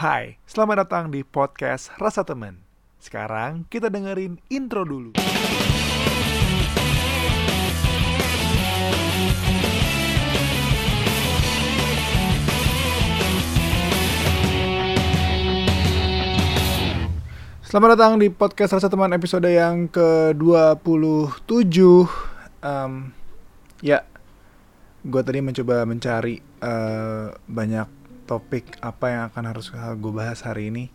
Hai, selamat datang di podcast Rasa Teman. Sekarang kita dengerin intro dulu. Selamat datang di podcast Rasa Teman episode yang ke-27. Ya, gue tadi mencoba mencari banyak topik apa yang akan harus gue bahas hari ini.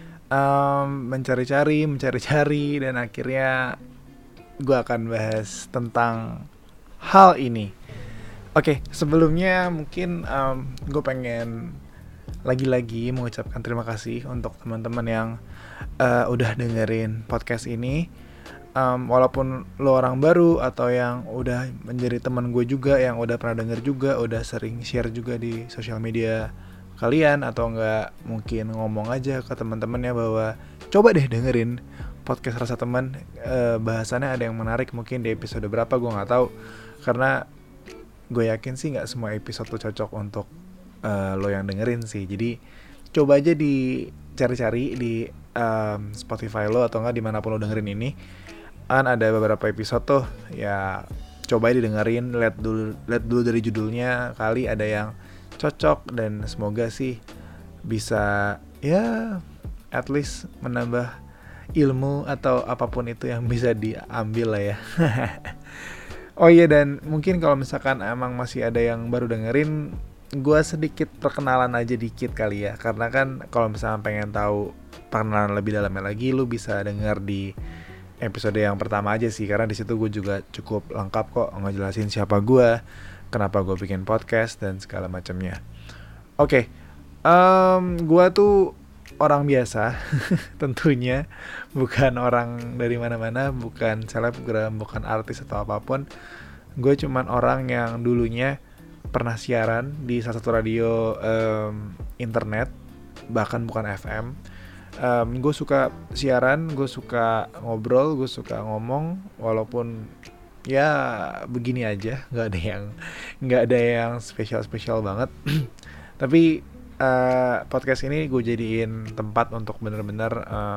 Mencari-cari dan akhirnya gue akan bahas tentang hal ini. Oke, sebelumnya mungkin gue pengen lagi-lagi mengucapkan terima kasih untuk teman-teman yang udah dengerin podcast ini. Walaupun lo orang baru atau yang udah menjadi teman gue juga, yang udah pernah denger juga, udah sering share juga di sosial media kalian, atau enggak mungkin ngomong aja ke teman-temannya bahwa coba deh dengerin podcast Rasa Teman, bahasannya ada yang menarik. Mungkin di episode berapa gue nggak tahu, karena gue yakin sih nggak semua episode tuh cocok untuk lo yang dengerin sih. Jadi coba aja dicari-cari di Spotify lo atau enggak dimanapun lo dengerin ini, kan ada beberapa episode tuh ya. Coba aja didengerin, lihat dulu dari judulnya, kali ada yang cocok, dan semoga sih bisa ya at least menambah ilmu atau apapun itu yang bisa diambil lah ya. Oh iya, dan mungkin kalau misalkan emang masih ada yang baru dengerin, gue sedikit perkenalan aja dikit kali ya, karena kan kalau misalkan pengen tahu perkenalan lebih dalamnya lagi, lu bisa denger di episode yang pertama aja sih, karena di situ gue juga cukup lengkap kok ngejelasin siapa gue, kenapa gue bikin podcast, dan segala macamnya. Oke, gue tuh orang biasa, tentunya bukan orang dari mana-mana, bukan selebgram, bukan artis atau apapun. Gue cuman orang yang dulunya pernah siaran di salah satu radio internet, bahkan bukan FM. Gue suka siaran, gue suka ngobrol, gue suka ngomong, walaupun ya begini aja, nggak ada yang spesial banget. Tapi podcast ini gue jadiin tempat untuk benar-benar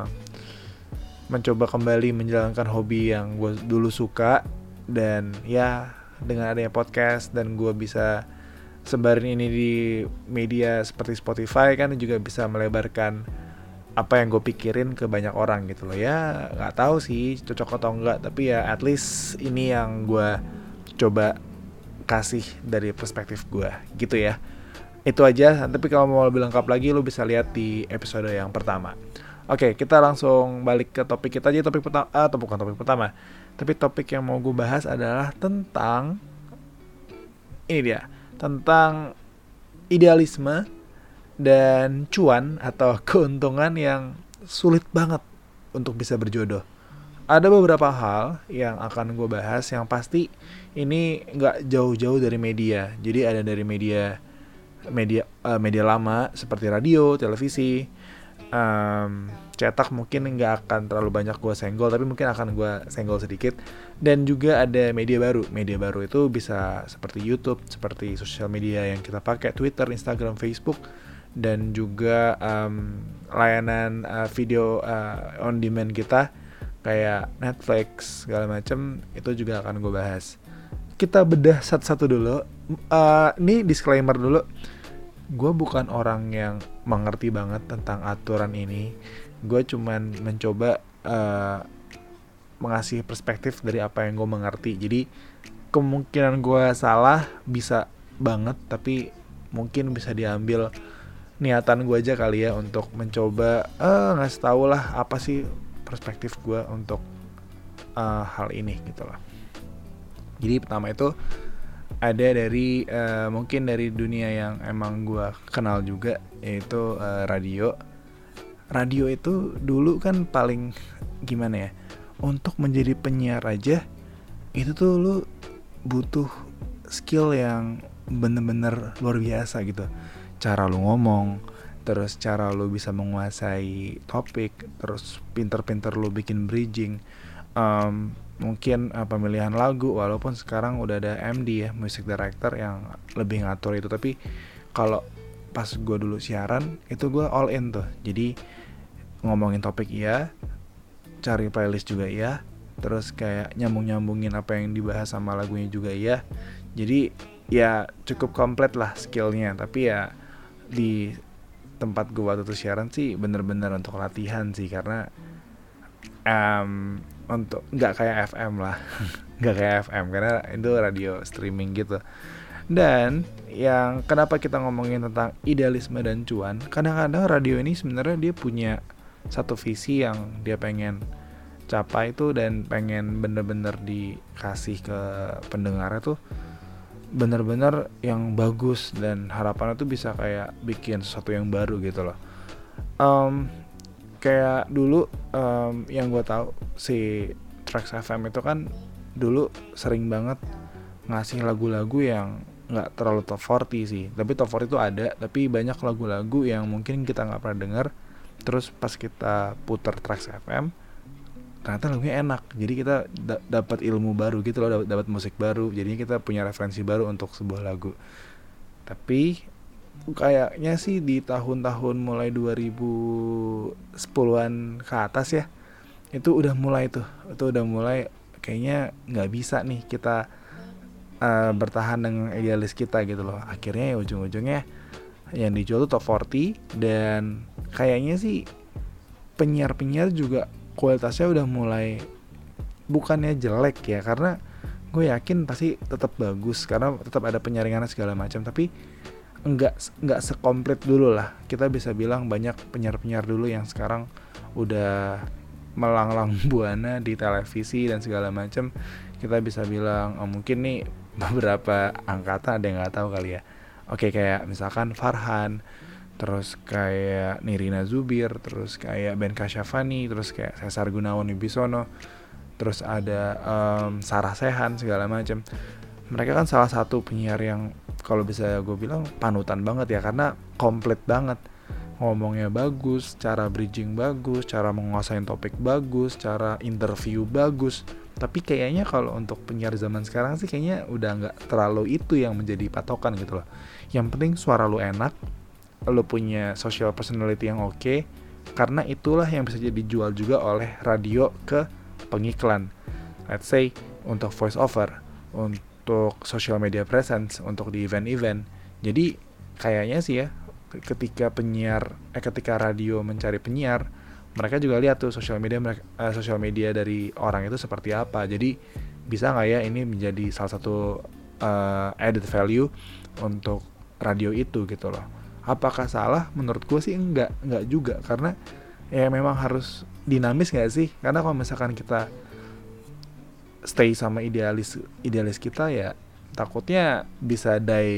mencoba kembali menjalankan hobi yang gue dulu suka. Dan ya dengan adanya podcast dan gue bisa sebarin ini di media seperti Spotify, kan juga bisa melebarkan apa yang gue pikirin ke banyak orang gitu loh ya. Nggak tahu sih cocok atau enggak, tapi ya at least ini yang gue coba kasih dari perspektif gue gitu ya. Itu aja, tapi kalau mau lebih lengkap lagi lo bisa lihat di episode yang pertama. Oke, kita langsung balik ke topik kita aja. Topik pertama, atau bukan topik pertama, tapi topik yang mau gue bahas adalah tentang ini dia, tentang idealisme dan cuan atau keuntungan yang sulit banget untuk bisa berjodoh. Ada beberapa hal yang akan gue bahas, yang pasti ini nggak jauh-jauh dari media. Jadi ada dari media lama seperti radio, televisi, cetak mungkin nggak akan terlalu banyak gue senggol, tapi mungkin akan gue senggol sedikit. Dan juga ada media baru itu bisa seperti YouTube, seperti sosial media yang kita pakai, Twitter, Instagram, Facebook, dan juga layanan video on demand kita kayak Netflix segala macam. Itu juga akan gue bahas. Kita bedah satu-satu dulu. Ini disclaimer dulu, gue bukan orang yang mengerti banget tentang aturan ini. Gue cuman mencoba mengasih perspektif dari apa yang gue mengerti. Jadi kemungkinan gue salah bisa banget, tapi mungkin bisa diambil niatan gue aja kali ya, untuk mencoba ngasih tau lah apa sih perspektif gue untuk hal ini gitu lah. Jadi pertama itu ada dari mungkin dari dunia yang emang gue kenal juga, yaitu radio. Radio itu dulu kan paling gimana ya, untuk menjadi penyiar aja itu tuh lu butuh skill yang bener-bener luar biasa gitu. Cara lu ngomong, terus cara lu bisa menguasai topik, terus pinter-pinter lu bikin bridging, mungkin pemilihan lagu, walaupun sekarang udah ada MD ya, music director, yang lebih ngatur itu. Tapi kalau pas gue dulu siaran itu gue all in tuh. Jadi ngomongin topik iya, cari playlist juga iya, terus kayak nyambungin apa yang dibahas sama lagunya juga iya. Jadi ya cukup komplit lah skillnya. Tapi ya di tempat gue waktu itu siaran sih bener-bener untuk latihan sih, karena untuk nggak kayak FM lah nggak kayak FM karena itu radio streaming gitu. Dan yang kenapa kita ngomongin tentang idealisme dan cuan, kadang-kadang radio ini sebenarnya dia punya satu visi yang dia pengen capai itu, dan pengen bener-bener dikasih ke pendengarnya tuh bener-bener yang bagus, dan harapannya tuh bisa kayak bikin sesuatu yang baru gitu loh. Kayak dulu yang gue tahu si Trax FM itu kan dulu sering banget ngasih lagu-lagu yang nggak terlalu top 40 sih, tapi top 40 itu ada, tapi banyak lagu-lagu yang mungkin kita nggak pernah dengar. Terus pas kita putar Trax FM, ternyata lagunya enak, jadi kita dapat ilmu baru gitu loh, dapat musik baru, jadinya kita punya referensi baru untuk sebuah lagu. Tapi kayaknya sih di tahun-tahun mulai 2010-an ke atas ya, itu udah mulai kayaknya nggak bisa nih kita bertahan dengan idealis kita gitu loh. Akhirnya ya ujung-ujungnya yang dijual tuh top 40, dan kayaknya sih penyiar-penyiar juga kualitasnya udah mulai bukannya jelek ya, karena gue yakin pasti tetap bagus karena tetap ada penyaringannya segala macam, tapi enggak sekomplit dulu lah. Kita bisa bilang banyak penyiar-penyiar dulu yang sekarang udah melanglang buana di televisi dan segala macam. Kita bisa bilang mungkin nih beberapa angkatan ada yang nggak tahu kali ya. Oke, kayak misalkan Farhan, terus kayak Nirina Zubir, terus kayak Ben Kasyafani, terus kayak Cesar Gunawan Wibisono, terus ada Sarah Sehan segala macam. Mereka kan salah satu penyiar yang kalau bisa gue bilang panutan banget ya, karena komplit banget. Ngomongnya bagus, cara bridging bagus, cara menguasain topik bagus, cara interview bagus. Tapi kayaknya kalau untuk penyiar zaman sekarang sih kayaknya udah nggak terlalu itu yang menjadi patokan gitu loh. Yang penting suara lu enak, lu punya social personality yang oke, karena itulah yang bisa jadi dijual juga oleh radio ke pengiklan. Let's say untuk voice over, untuk social media presence, untuk di event-event. Jadi kayaknya sih ya, ketika radio mencari penyiar, mereka juga lihat tuh social media dari orang itu seperti apa. Jadi bisa nggak ya ini menjadi salah satu added value untuk radio itu gitu loh. Apakah salah? Menurut gue sih enggak juga, karena ya memang harus dinamis nggak sih? Karena kalau misalkan kita stay sama idealis kita ya takutnya bisa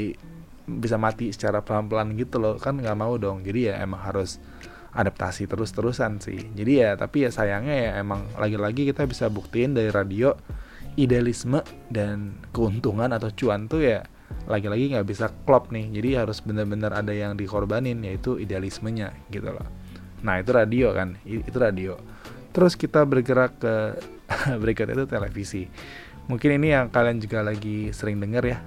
mati secara pelan-pelan gitu loh, kan nggak mau dong. Jadi ya emang harus adaptasi terus-terusan sih. Jadi ya tapi ya sayangnya ya emang lagi-lagi kita bisa buktiin dari radio idealisme dan keuntungan atau cuan tuh ya lagi-lagi nggak bisa klop nih. Jadi harus benar-benar ada yang dikorbanin, yaitu idealismenya gitu loh. Nah itu radio kan, itu radio. Terus kita bergerak ke berikutnya itu televisi. Mungkin ini yang kalian juga lagi sering dengar ya,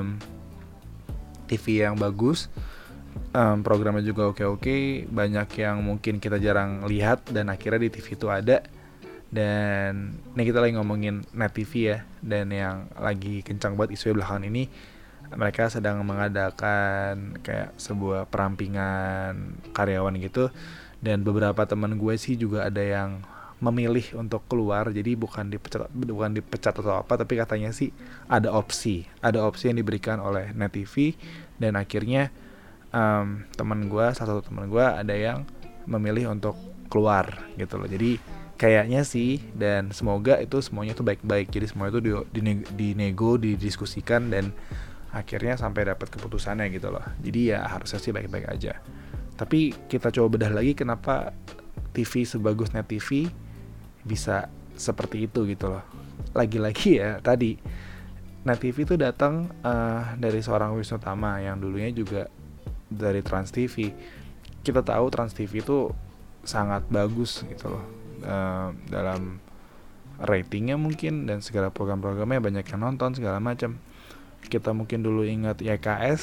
TV yang bagus, programnya juga oke, banyak yang mungkin kita jarang lihat dan akhirnya di TV itu ada. Dan ini kita lagi ngomongin Net TV ya, dan yang lagi kencang banget isu belakangan ini, mereka sedang mengadakan kayak sebuah perampingan karyawan gitu. Dan beberapa teman gue sih juga ada yang memilih untuk keluar, jadi bukan dipecat atau apa, tapi katanya sih ada opsi yang diberikan oleh Net TV, dan akhirnya salah satu teman gue ada yang memilih untuk keluar gitu loh. Jadi kayaknya sih, dan semoga itu semuanya tuh baik-baik, jadi semua itu dinego, didiskusikan, dan akhirnya sampai dapat keputusannya gitu loh. Jadi ya harusnya sih baik-baik aja. Tapi kita coba bedah lagi kenapa TV sebagus Net TV bisa seperti itu gitu loh. Lagi-lagi ya tadi Net TV itu datang dari seorang Wisnu Tama yang dulunya juga dari Trans TV. Kita tahu Trans TV itu sangat bagus gitu loh, dalam ratingnya mungkin, dan segala program-programnya banyak yang nonton segala macam. Kita mungkin dulu ingat YKS,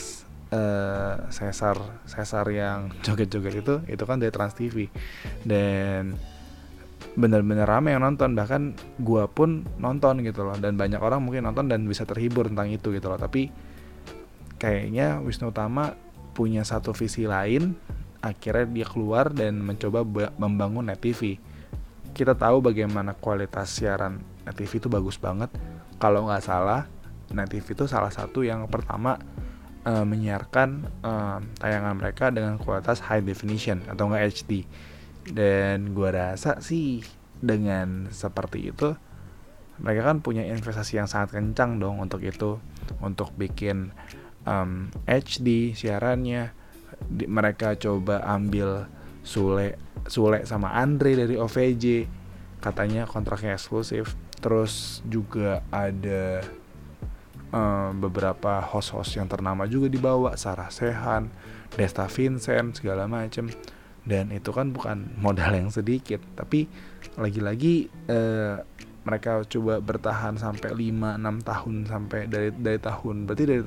Sesar yang joget-joget itu kan dari Trans TV, dan bener-bener rame yang nonton, bahkan gua pun nonton gitu loh, dan banyak orang mungkin nonton dan bisa terhibur tentang itu gitu loh. Tapi kayaknya Wisnu Tama punya satu visi lain, akhirnya dia keluar dan mencoba membangun Net TV. Kita tahu bagaimana kualitas siaran Net TV itu bagus banget. Kalau nggak salah, Net TV itu salah satu yang pertama menyiarkan tayangan mereka dengan kualitas high definition atau nggak HD. Dan gua rasa sih dengan seperti itu mereka kan punya investasi yang sangat kencang dong untuk itu, untuk bikin HD siarannya. Mereka coba ambil Sule sama Andre dari OVJ, katanya kontraknya eksklusif. Terus juga ada beberapa host-host yang ternama juga dibawa, Sarah Sechan, Desta Vincent, segala macem. Dan itu kan bukan modal yang sedikit, tapi lagi-lagi mereka coba bertahan sampai 5-6 tahun, sampai dari tahun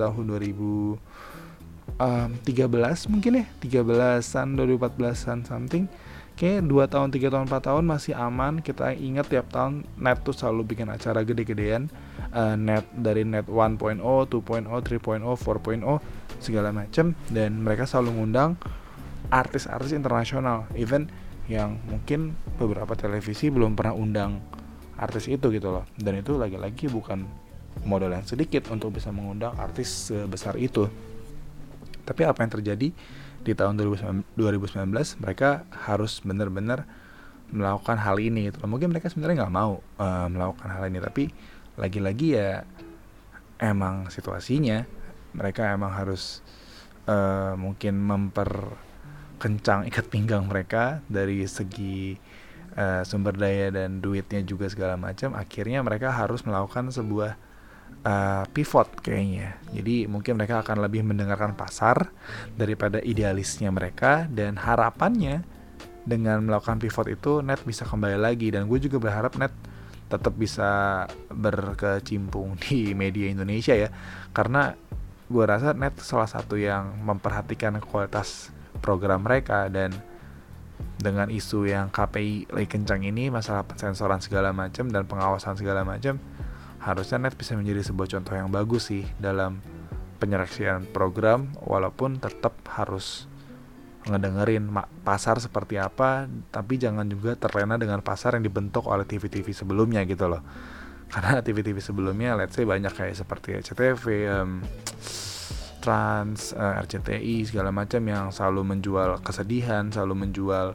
2013 mungkin ya, 13-an, 2014-an something. Kayak 2 tahun, 3 tahun, 4 tahun masih aman. Kita ingat tiap tahun Net tuh selalu bikin acara gede-gedean, Net dari Net 1.0, 2.0, 3.0, 4.0 segala macam, dan mereka selalu ngundang artis-artis internasional, even yang mungkin beberapa televisi belum pernah undang artis itu gitu loh. Dan itu lagi-lagi bukan modal yang sedikit untuk bisa mengundang artis sebesar itu. Tapi apa yang terjadi di tahun 2019, mereka harus benar-benar melakukan hal ini gitu. Mungkin mereka sebenarnya nggak mau melakukan hal ini, tapi lagi-lagi ya emang situasinya mereka emang harus mungkin memperkencang ikat pinggang mereka dari segi sumber daya dan duitnya juga segala macam. Akhirnya mereka harus melakukan sebuah pivot kayaknya. Jadi mungkin mereka akan lebih mendengarkan pasar daripada idealisnya mereka, dan harapannya dengan melakukan pivot itu Net bisa kembali lagi. Dan gue juga berharap Net tetap bisa berkecimpung di media Indonesia ya, karena gue rasa Net salah satu yang memperhatikan kualitas program mereka. Dan dengan isu yang KPI lagi kencang ini, masalah pensensoran segala macam dan pengawasan segala macam, harusnya Net bisa menjadi sebuah contoh yang bagus sih dalam penyeleksian program, walaupun tetap harus ngedengerin pasar seperti apa, tapi jangan juga terlena dengan pasar yang dibentuk oleh TV-TV sebelumnya gitu loh. Karena TV-TV sebelumnya let's say banyak kayak seperti SCTV, Trans, RCTI segala macam yang selalu menjual kesedihan, selalu menjual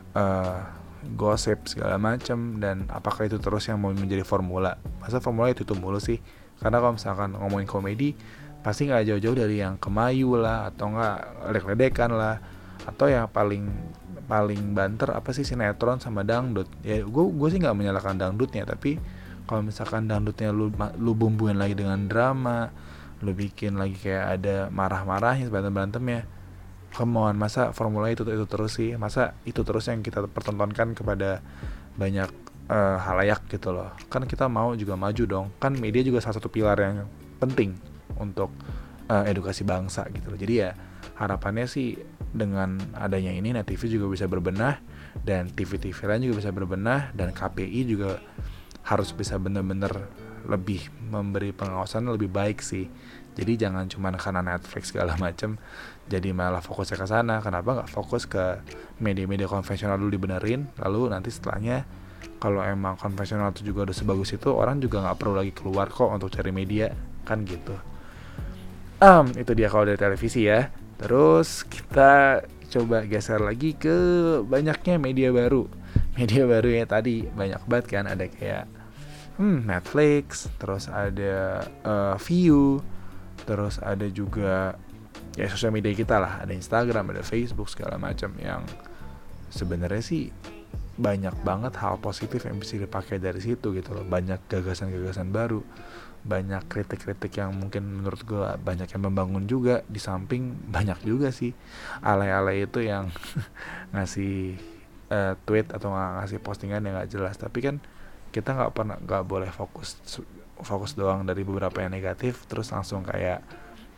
gosip segala macam. Dan apakah itu terus yang mau menjadi formula? Masa formula itu mulu sih? Karena kalau misalkan ngomongin komedi, pasti nggak jauh-jauh dari yang Kemayu lah, atau nggak ledek-ledekan lah, atau yang paling banter apa sih, sinetron sama dangdut. Ya gue sih nggak menyalahkan dangdutnya, tapi kalau misalkan dangdutnya lu bumbuin lagi dengan drama, lu bikin lagi kayak ada marah-marahnya, berantem-berantemnya, come on, masa formula itu terus sih? Masa itu terus yang kita pertontonkan kepada banyak halayak gitu loh? Kan kita mau juga maju dong. Kan media juga salah satu pilar yang penting untuk edukasi bangsa gitu loh. Jadi ya harapannya sih dengan adanya ini Net TV juga bisa berbenah, dan TV-TV lain juga bisa berbenah, dan KPI juga harus bisa benar-benar lebih memberi pengawasan lebih baik sih. Jadi jangan cuma karena Netflix segala macam jadi malah fokusnya ke sana. Kenapa nggak fokus ke media-media konvensional dulu dibenerin, lalu nanti setelahnya kalau emang konvensional itu juga udah sebagus itu, orang juga nggak perlu lagi keluar kok untuk cari media, kan gitu. Itu dia kalau dari televisi ya. Terus kita coba geser lagi ke banyaknya media baru. Media baru ya tadi banyak banget kan, ada kayak Netflix, terus ada Viu, terus ada juga ya sosial media kita lah, ada Instagram, ada Facebook segala macam, yang sebenarnya sih banyak banget hal positif yang bisa dipakai dari situ gitu loh. Banyak gagasan-gagasan baru, banyak kritik-kritik yang mungkin menurut gue banyak yang membangun juga. Di samping banyak juga sih alay-alay itu yang ngasih tweet atau ngasih postingan yang nggak jelas. Tapi kan kita nggak boleh fokus doang dari beberapa yang negatif terus langsung kayak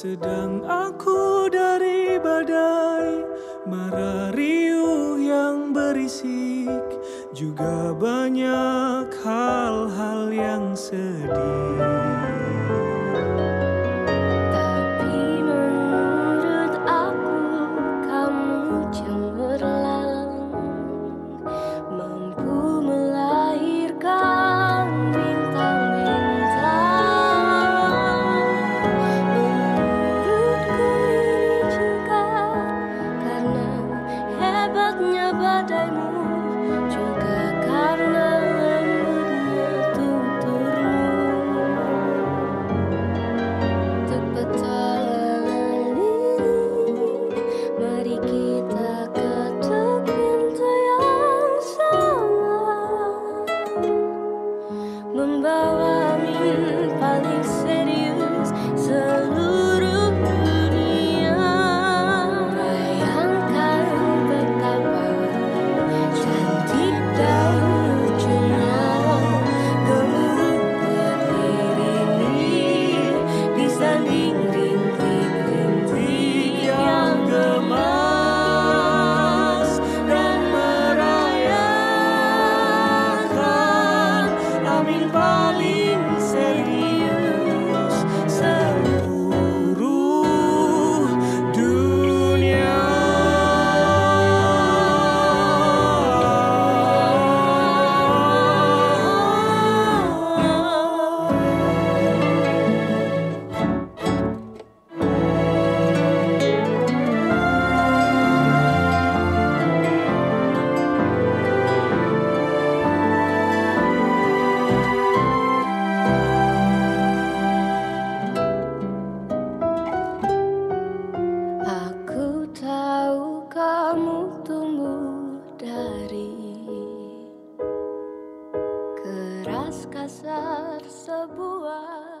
sedang aku dari badai, mara riuh yang berisik, juga banyak hal-hal yang sedih. Tapi menurut aku kamu cemerlang, mampu melahirkan bintang-bintang. Menurutku ini juga karena hebatnya badaimu, juga karena lembutnya tuturmu. Untuk petualangan ini, mari kita ketuk pintu yang sama, membawa mimpi paling serius seluruh dunia. Bayangkan betapa cantik dan lucunya gemuruh petir ini disanding rintik-rintik yang gemas dan merayakan amin paling serius seluruh dunia. Aku tahu kamu tumbuh dari keras kasar sebuah